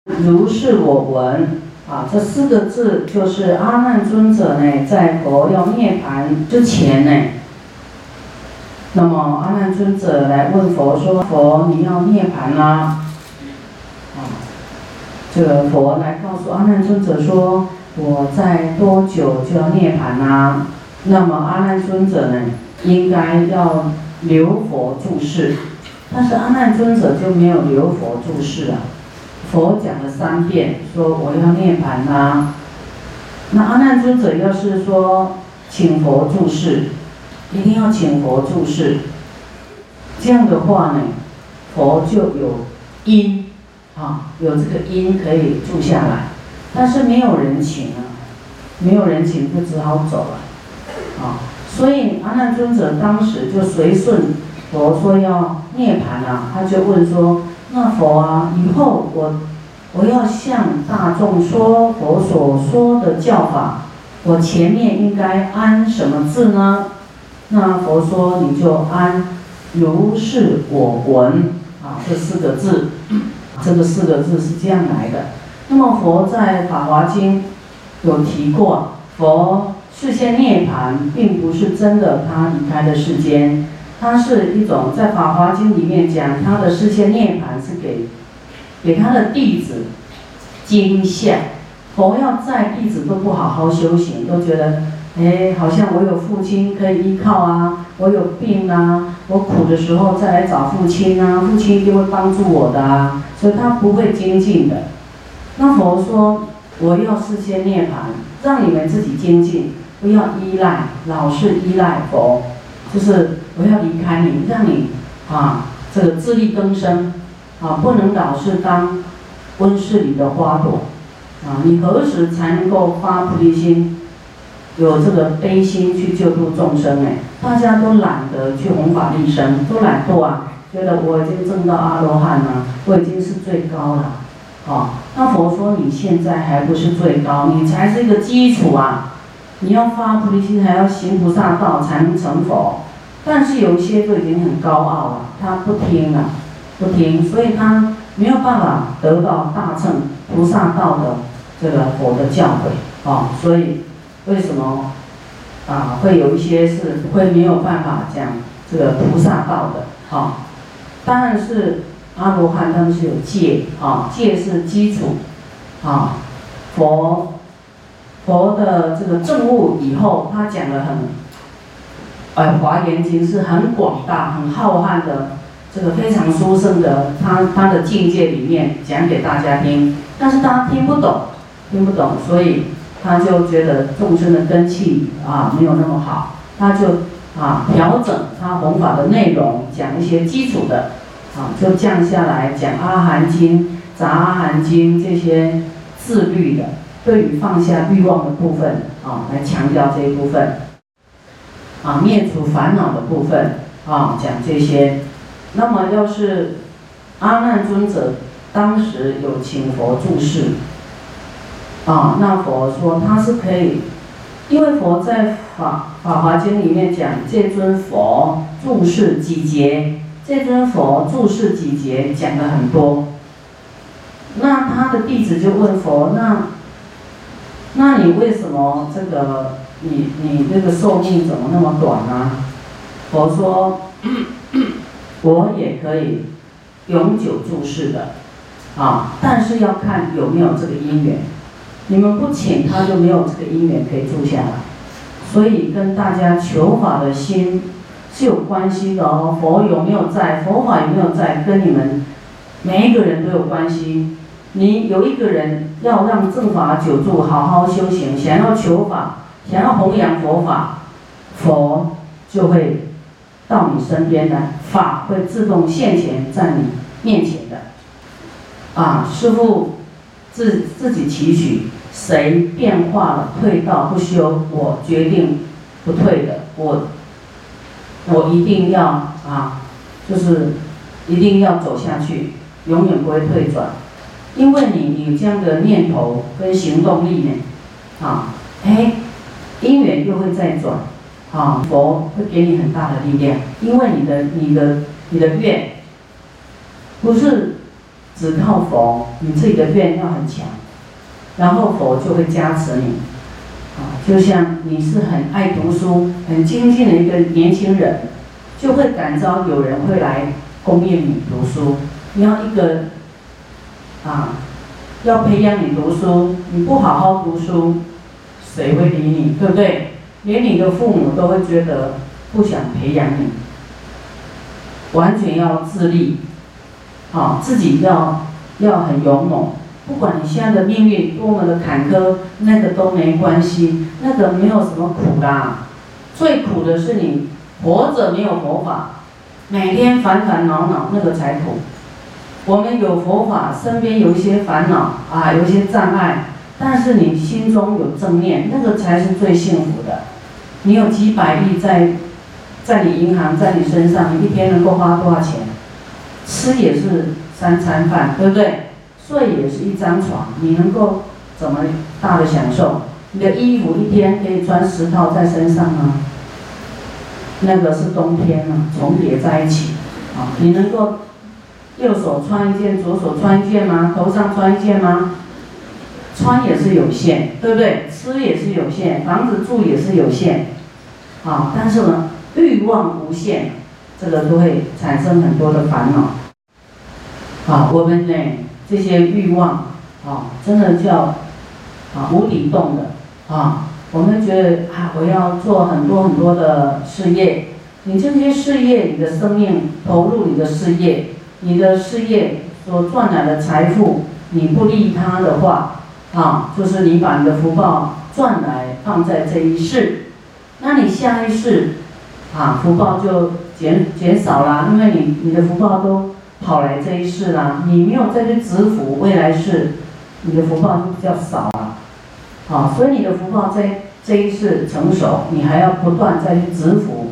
如是我闻。这4个字就是阿难尊者呢，在佛要涅槃之前呢，那么阿难尊者来问佛说：“佛，你要涅槃啦？”这个佛来告诉阿难尊者说：“我在多久就要涅槃啦？”那么阿难尊者呢，应该要留佛住世，但是阿难尊者就没有留佛住世啊。佛讲了3遍，说我要涅槃啦。那阿难尊者要是说请佛住世，一定要请佛住世，这样的话呢，佛就有因有这个因可以住下来。但是没有人请啊，没有人请就只好走了所以阿难尊者当时就随顺佛说要涅槃他就问说：“那佛啊，以后我要向大众说佛所说的教法，我前面应该安什么字呢？”那佛说：“你就安如是我闻这4个字。这个4个字是这样来的。那么佛在《法华经》有提过，佛世间涅槃并不是真的他离开了世间，它是一种在《法华经》里面讲他的世间涅槃是给他的弟子惊吓。佛要在弟子都不好好修行，都觉得好像我有父亲可以依靠啊，我有病啊，我苦的时候再来找父亲啊，父亲一定会帮助我的啊，所以他不会精进的。那佛说：“我要世间涅槃，让你们自己精进，不要依赖，老是依赖佛，就是我要离开你，让你这个自力更生不能老是当温室里的花朵你何时才能够发菩提心，有这个悲心去救度众生大家都懒得去弘法利生，都懒惰觉得我已经证到阿罗汉了，我已经是最高了那佛说你现在还不是最高，你才是一个基础你要发菩提心，还要行菩萨道才能成佛。但是有一些都已经很高傲了，他不听，所以他没有办法得到大乘菩萨道的这个佛的教诲所以为什么会有一些是会没有办法讲这个菩萨道的当然是阿罗汉他们是有戒戒是基础佛的这个证悟以后，他讲了华严经是很广大很浩瀚的这个非常殊胜的他的境界里面讲给大家听，但是大家听不懂，所以他就觉得众生的根器没有那么好，他就调整他弘法的内容，讲一些基础的就降下来讲阿含经、杂阿含经这些自律的，对于放下欲望的部分来强调这一部分灭除烦恼的部分讲这些。那么要是阿难尊者当时有请佛住世那佛说他是可以，因为佛在法华经里面讲这尊佛住世几劫，这尊佛住世几劫讲了很多。那他的弟子就问佛：那你为什么这个你这个寿命怎么那么短呢？佛说：我也可以永久住世的但是要看有没有这个因缘。你们不请他就没有这个因缘可以住下来，所以跟大家求法的心是有关系的佛有没有在，佛法有没有在，跟你们每一个人都有关系。你有一个人要让正法久住，好好修行，想要求法，想要弘扬佛法，佛就会到你身边来，法会自动现前在你面前的师父自己期许，谁变化了退道不修，我决定不退的，我一定要就是一定要走下去，永远不会退转。因为你这样的念头跟行动力因缘又会再转佛会给你很大的力量。因为你的愿不是只靠佛，你自己的愿要很强，然后佛就会加持你。就像你是很爱读书、很精进的一个年轻人，就会感召有人会来供应你读书。你要一个要培养你读书，你不好好读书，谁会理你？对不对？连你的父母都会觉得不想培养你。完全要自立，自己要很勇猛。不管你现在的命运多么的坎坷，那个都没关系，那个没有什么苦啦。最苦的是你活着没有佛法，每天烦烦恼恼，那个才苦。我们有佛法，身边有一些烦恼有一些障碍，但是你心中有正念，那个才是最幸福的。你有几百亿在你银行，在你身上，你一天能够花多少钱？吃也是3餐饭，对不对？睡也是1张床，你能够怎么大的享受？你的衣服一天可以穿10套在身上吗？那个是冬天重叠在一起你能够右手穿一件，左手穿一件吗？头上穿一件吗？穿也是有限，对不对？吃也是有限，房子住也是有限但是呢，欲望无限，这个都会产生很多的烦恼我们呢，这些欲望真的叫无底洞的我们觉得我要做很多很多的事业，你这些事业，你的生命投入你的事业，你的事业所赚来的财富，你不利他的话就是你把你的福报赚来放在这一世，那你下一世福报就减少啦，因为你的福报都跑来这一世啦，你没有再去植福未来世，你的福报就比较少了所以你的福报在这一世成熟，你还要不断再去植福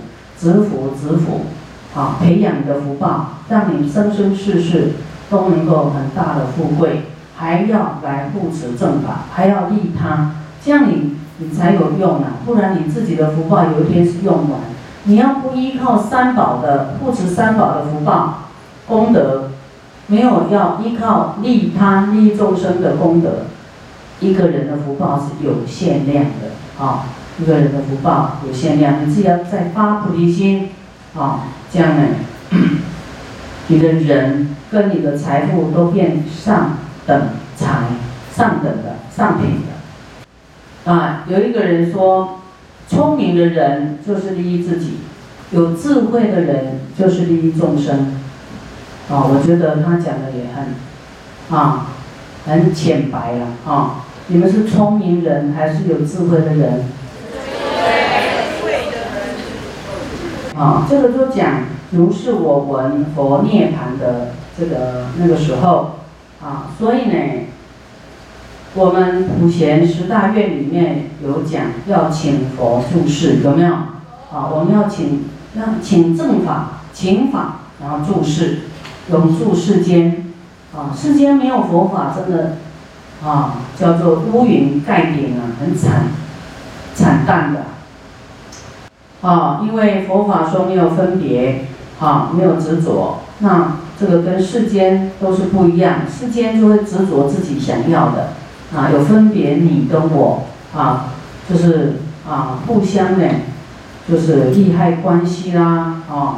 培养你的福报，让你生生世世都能够很大的富贵，还要来护持正法，还要利他，这样你才有用不然你自己的福报有一天是用完。你要不依靠三宝的护持三宝的福报功德，没有要依靠利他利众生的功德，一个人的福报是有限量的一个人的福报有限量，你自己要再发菩提心这样呢，你的人跟你的财富都变上等财，上等的上品的有一个人说，聪明的人就是利益自己，有智慧的人就是利益众生我觉得他讲的也很浅白了你们是聪明人还是有智慧的人？这个就讲如是我闻佛涅槃的那个时候所以呢，我们普贤10大愿里面有讲要请佛住世，有没有我们要请正法，请法，然后住世，永住世间世间没有佛法，真的叫做乌云盖顶很惨淡的因为佛法说没有分别没有执着，那这个跟世间都是不一样，世间就会执着自己想要的有分别你跟我就是互相呢就是利害关系啦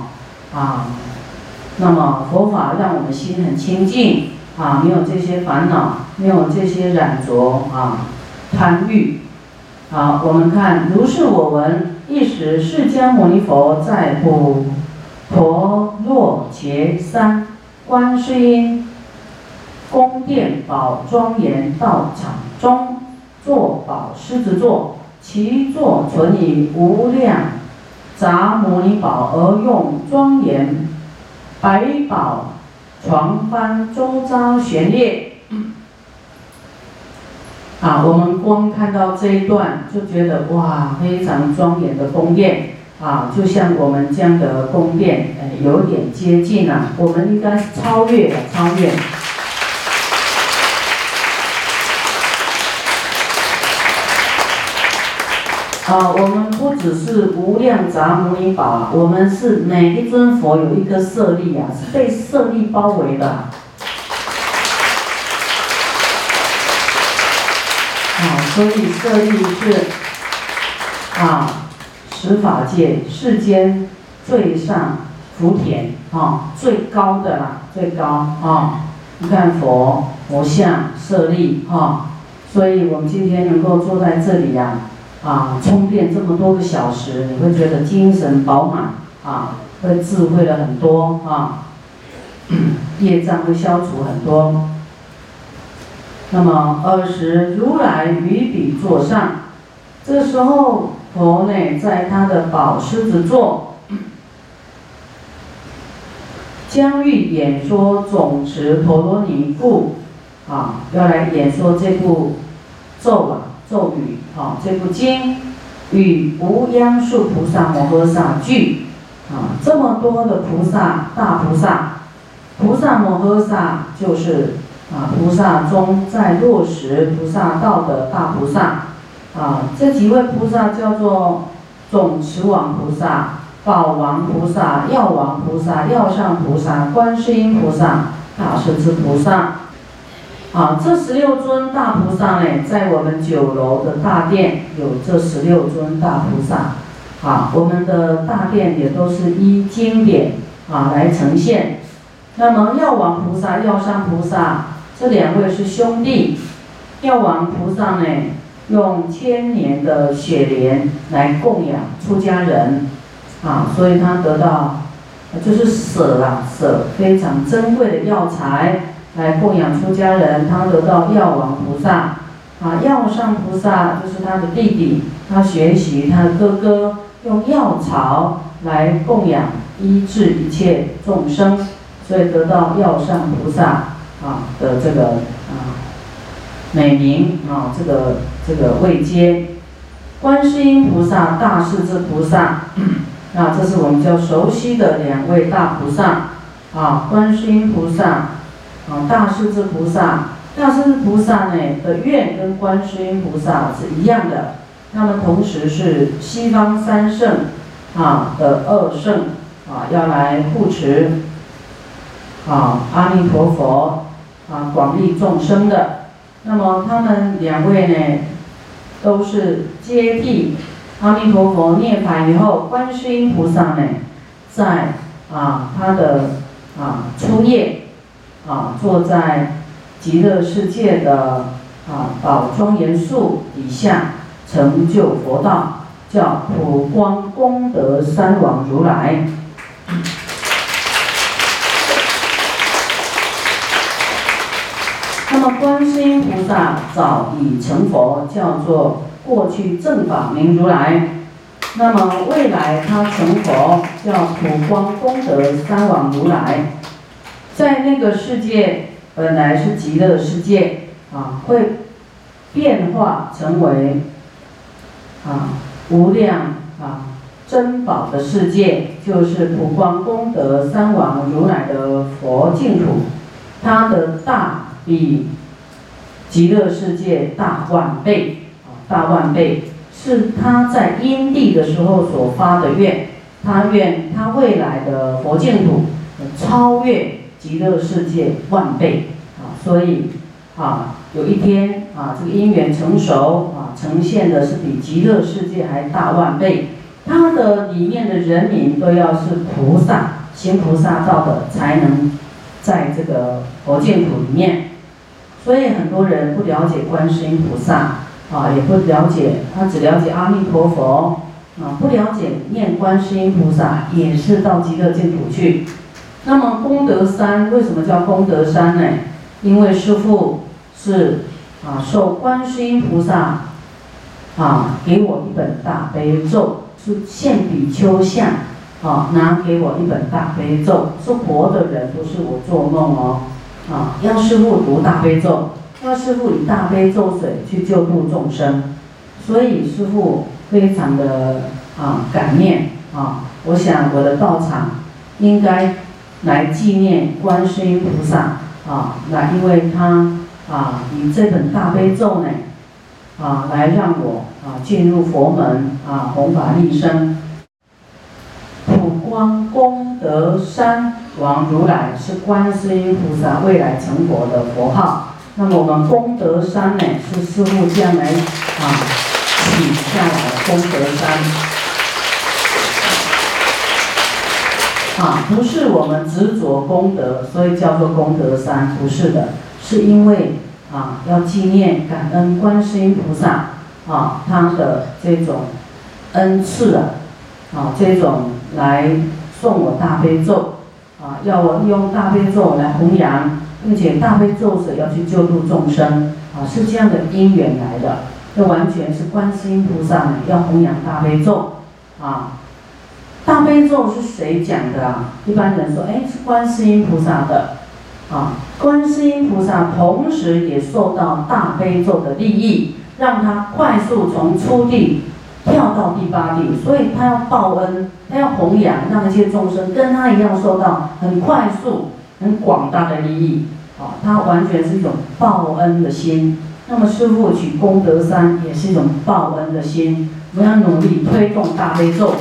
那么佛法让我们心很清净没有这些烦恼，没有这些染着贪欲我们看如是我闻，一时释迦牟尼佛在普陀罗伽山观世音宫殿宝庄严道场中，坐宝狮子座，其座存以无量杂摩尼宝，而用庄严百宝床幡周遭悬列我们光看到这一段就觉得哇，非常庄严的宫殿就像我们这样的宫殿有点接近我们应该是超越我们不只是无量杂摩尼宝我们是每一尊佛有一个舍利是被舍利包围的所以舍利是十法界世间最上福田最高的啦，最高你看佛像舍利所以我们今天能够坐在这里充电这么多个小时，你会觉得精神饱满会智慧了很多业障会消除很多。那么20如来于彼座上，这时候佛呢在他的宝狮子座，将欲演说总持陀罗尼故要来演说这部咒语这部经，与无央数菩萨摩诃萨聚这么多的菩萨，大菩萨，菩萨摩诃萨就是菩萨中在落实菩萨道的大菩萨这几位菩萨叫做总持王菩萨、宝王菩萨、药王菩萨、药上菩萨、观世音菩萨、大势至菩萨这16尊大菩萨呢，在我们9楼的大殿有这16尊大菩萨我们的大殿也都是依经典来呈现。那么药王菩萨、药上菩萨这2位是兄弟，药王菩萨呢用1000年的血莲来供养出家人所以他得到就是舍非常珍贵的药材来供养出家人，他得到药王菩萨药上菩萨就是他的弟弟，他学习他的哥哥用药草来供养医治一切众生，所以得到药上菩萨的这个美名这个位阶。观世音菩萨、大势至菩萨这是我们较熟悉的2位大菩萨观世音菩萨大势至菩萨。大势至菩萨呢的愿跟观世音菩萨是一样的，他们同时是西方3圣的2圣要来护持阿弥陀佛广利众生的。那么他们2位呢都是接替阿弥陀佛涅槃以后，观世音菩萨呢在他的初夜坐在极乐世界的宝庄严树底下成就佛道，叫普光功德三王如来。那么观世音菩萨早已成佛，叫做过去正法明如来。那么未来他成佛，叫普光功德三王如来。在那个世界本来是极乐世界会变化成为无量珍宝的世界，就是普光功德三王如来的佛净土。它的大比极乐世界大万倍大万倍，是他在因地的时候所发的愿，他愿他未来的佛净土超越极乐世界万倍所以有一天这个因缘成熟呈现的是比极乐世界还大万倍。它的里面的人民都要是菩萨，行菩萨道的，才能在这个佛净土里面。所以很多人不了解观世音菩萨也不了解，他只了解阿弥陀佛不了解念观世音菩萨也是到极乐净土去。那么功德山为什么叫功德山呢？因为师父是受观世音菩萨给我一本大悲咒，是现比丘像拿给我一本大悲咒，是活的人，不是我做梦要师父读大悲咒，要师父以大悲咒水去救度众生，所以师父非常的感念我想我的道场应该来纪念观世音菩萨因为他以这本大悲咒呢来让我进入佛门弘法利生。普光功德三王如来是观世音菩萨未来成佛的佛号那么我们功德山呢，是师父这样来起下来的功德山。不是我们执着功德，所以叫做功德山，不是的，是因为要纪念感恩观世音菩萨他的这种恩赐这种来送我大悲咒要我用大悲咒来弘扬，并且大悲咒是要去救度众生是这样的因缘来的，这完全是观世音菩萨要弘扬大悲咒大悲咒是谁讲的一般人说，是观世音菩萨的观世音菩萨同时也受到大悲咒的利益，让他快速从初地跳到第8地，所以他要报恩，他要弘扬，让一切众生跟他一样受到很快速、很广大的利益他完全是一种报恩的心。那么师父取功德山也是一种报恩的心，我们要努力推动大悲咒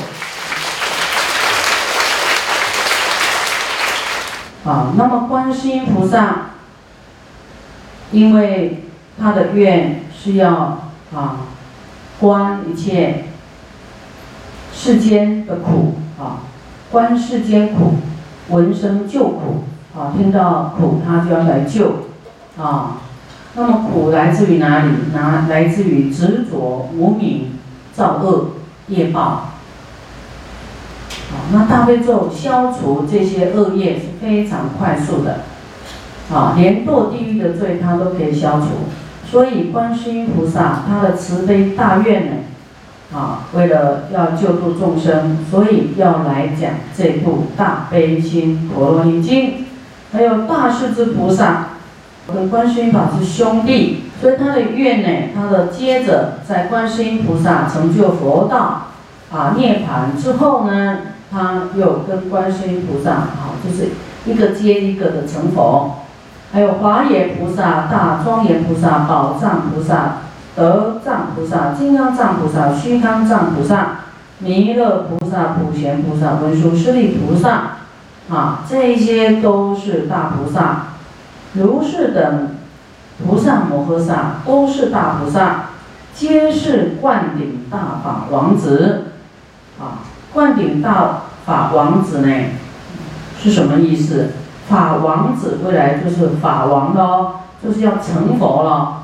那么观世音菩萨，因为他的愿是要观一切世间的苦观世间苦，闻声救苦听到苦他就要来救那么苦来自于哪里？来自于执着、无明、造恶、业报那大悲咒消除这些恶业是非常快速的连堕地狱的罪它都可以消除。所以观世音菩萨他的慈悲大愿呢为了要救度众生，所以要来讲这部大悲心陀罗尼经。还有大势至菩萨跟观世音菩萨是兄弟，所以他的愿呢，他的接着在观世音菩萨成就佛道涅槃之后呢，他又跟观世音菩萨就是一个接一个的成佛。还有华严菩萨、大庄严菩萨、宝藏菩萨、德藏菩萨、金刚藏菩萨、虚康藏菩萨、弥勒菩萨、普贤菩萨、文殊师利菩萨这些都是大菩萨。如是等菩萨摩诃萨都是大菩萨，皆是灌顶大法王子灌顶大法王子呢是什么意思？法王子未来就是法王咯，就是要成佛了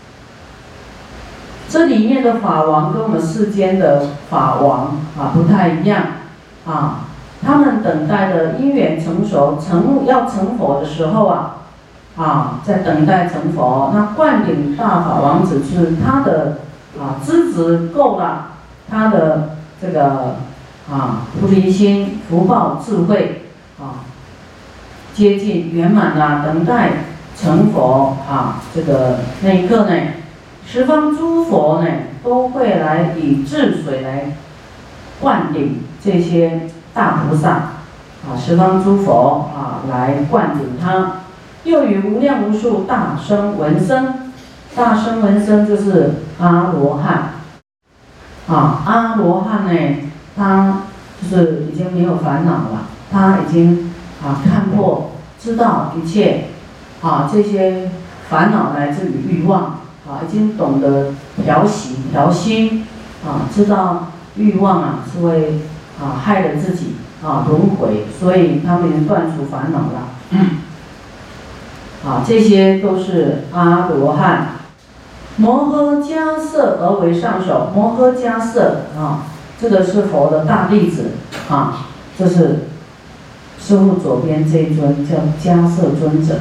这里面的法王跟我们世间的法王不太一样他们等待的因缘成熟，要成佛的时候在等待成佛。那灌顶大法王子是他的资质够了，他的这个菩提心、福报、智慧接近圆满等待成佛这个那一刻呢，十方诸佛呢都会来以智水来灌顶这些大菩萨十方诸佛来灌顶他。又与无量无数大声闻声，大声闻声就是阿罗汉阿罗汉呢，他就是已经没有烦恼了，他已经看破知道一切这些烦恼来自于欲望已经懂得调息调心知道欲望是会害了自己轮回，所以他们已经断除烦恼了这些都是阿罗汉。摩诃迦叶而为上首，摩诃迦叶这个是佛的大弟子这是师父左边这一尊叫迦叶尊者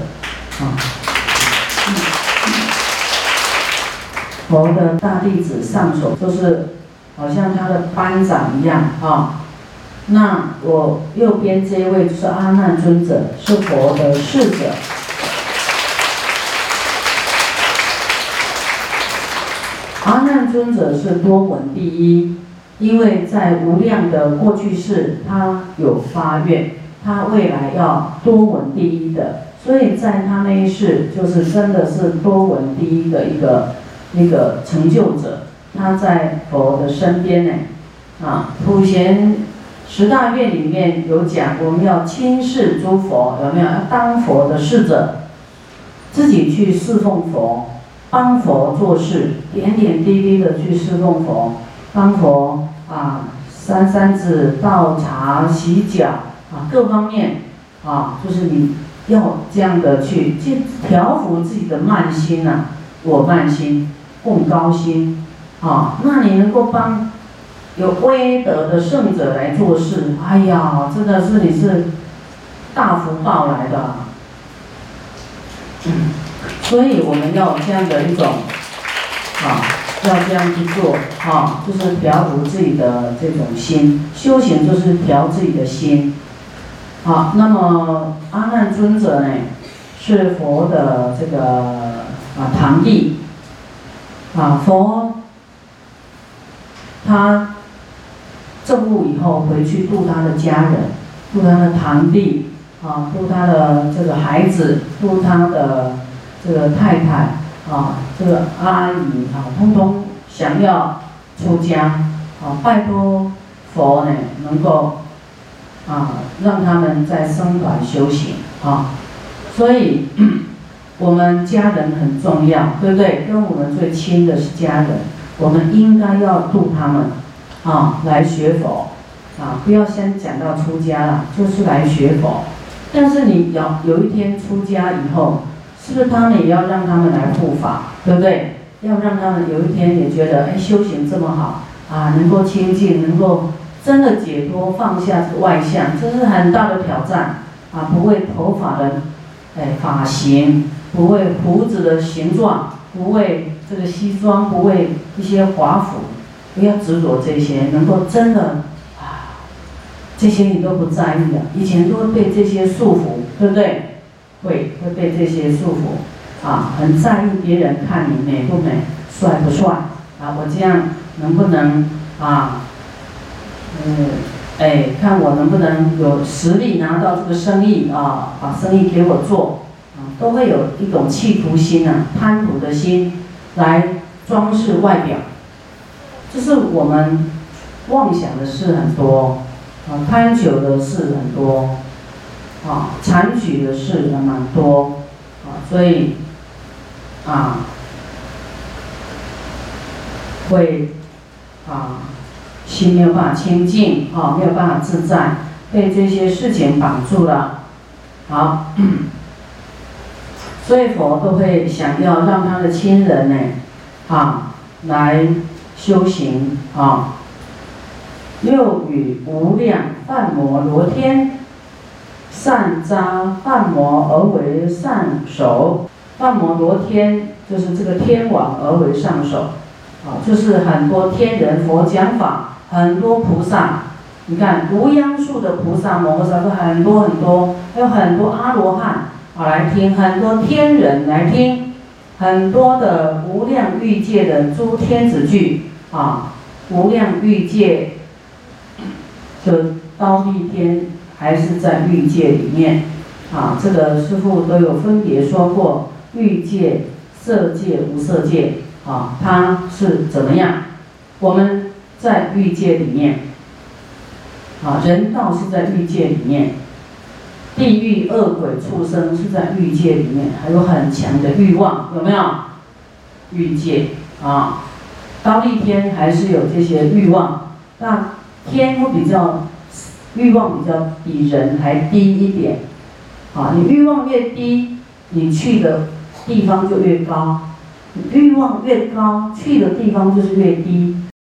佛的大弟子上首，就是好像他的班长一样那我右边这一位就是阿难尊者，是佛的侍者。阿难尊者是多闻第一，因为在无量的过去世，他有发愿，他未来要多闻第一的，所以在他那一世就是真的是多闻第一的一个成就者。他在佛的身边呢普贤十大愿里面有讲，我们要亲视诸佛，有没有？要当佛的侍者。 自己去侍奉佛，帮佛做事，点点滴滴的去侍奉佛，帮佛扇扇子、倒茶、洗脚各方面就是你要这样的去调伏自己的慢心我慢心、共高心那你能够帮有威德的圣者来做事，哎呀，真的是你是大福报来的所以我们要有这样的一种要这样去做就是调伏自己的这种心，修行就是调自己的心那么阿难尊者呢，是佛的这个堂弟佛他证悟以后回去度他的家人，度他的堂弟度他的这个孩子，度他的这个太太这个阿姨通通想要出家拜托佛呢能够让他们在僧团修行所以我们家人很重要，对不对？跟我们最亲的是家人，我们应该要度他们来学佛不要先讲到出家了，就是来学佛。但是你有一天出家以后，是不是他们也要让他们来护法，对不对？要让他们有一天也觉得修行这么好能够清净，能够真的解脱，放下这个外相，这是很大的挑战不为头发的发型，不为胡子的形状，不为这个西装，不为一些华服，不要执着这些，能够真的这些你都不在意以前都会被这些束缚，对不对？会被这些束缚很在意别人看你美不美，帅不帅我这样能不能看我能不能有实力拿到这个生意把生意给我做都会有一种企图心贪图的心来装饰外表，就是我们妄想的事很多贪求的事很多残取的事也蛮多所以会心没有办法清净没有办法自在，被这些事情绑住了好所以佛都会想要让他的亲人呢来修行六语无量梵摩罗天，善扎梵摩而为上首。梵摩罗天就是这个天王而为上首就是很多天人佛讲法，很多菩萨，你看无央数的菩萨摩诃萨都很多很多，还有很多阿罗汉来听，很多天人来听，很多的无量欲界的诸天子具无量欲界的忉利天还是在欲界里面这个师父都有分别说过，欲界、色界、无色界它是怎么样？我们在欲界里面人道是在欲界里面，地狱、恶鬼、畜生是在欲界里面，还有很强的欲望，有没有？欲界忉利天还是有这些欲望，那天会比较欲望比较比人还低一点你欲望越低，你去的地方就越高；你欲望越高，去的地方就是越低。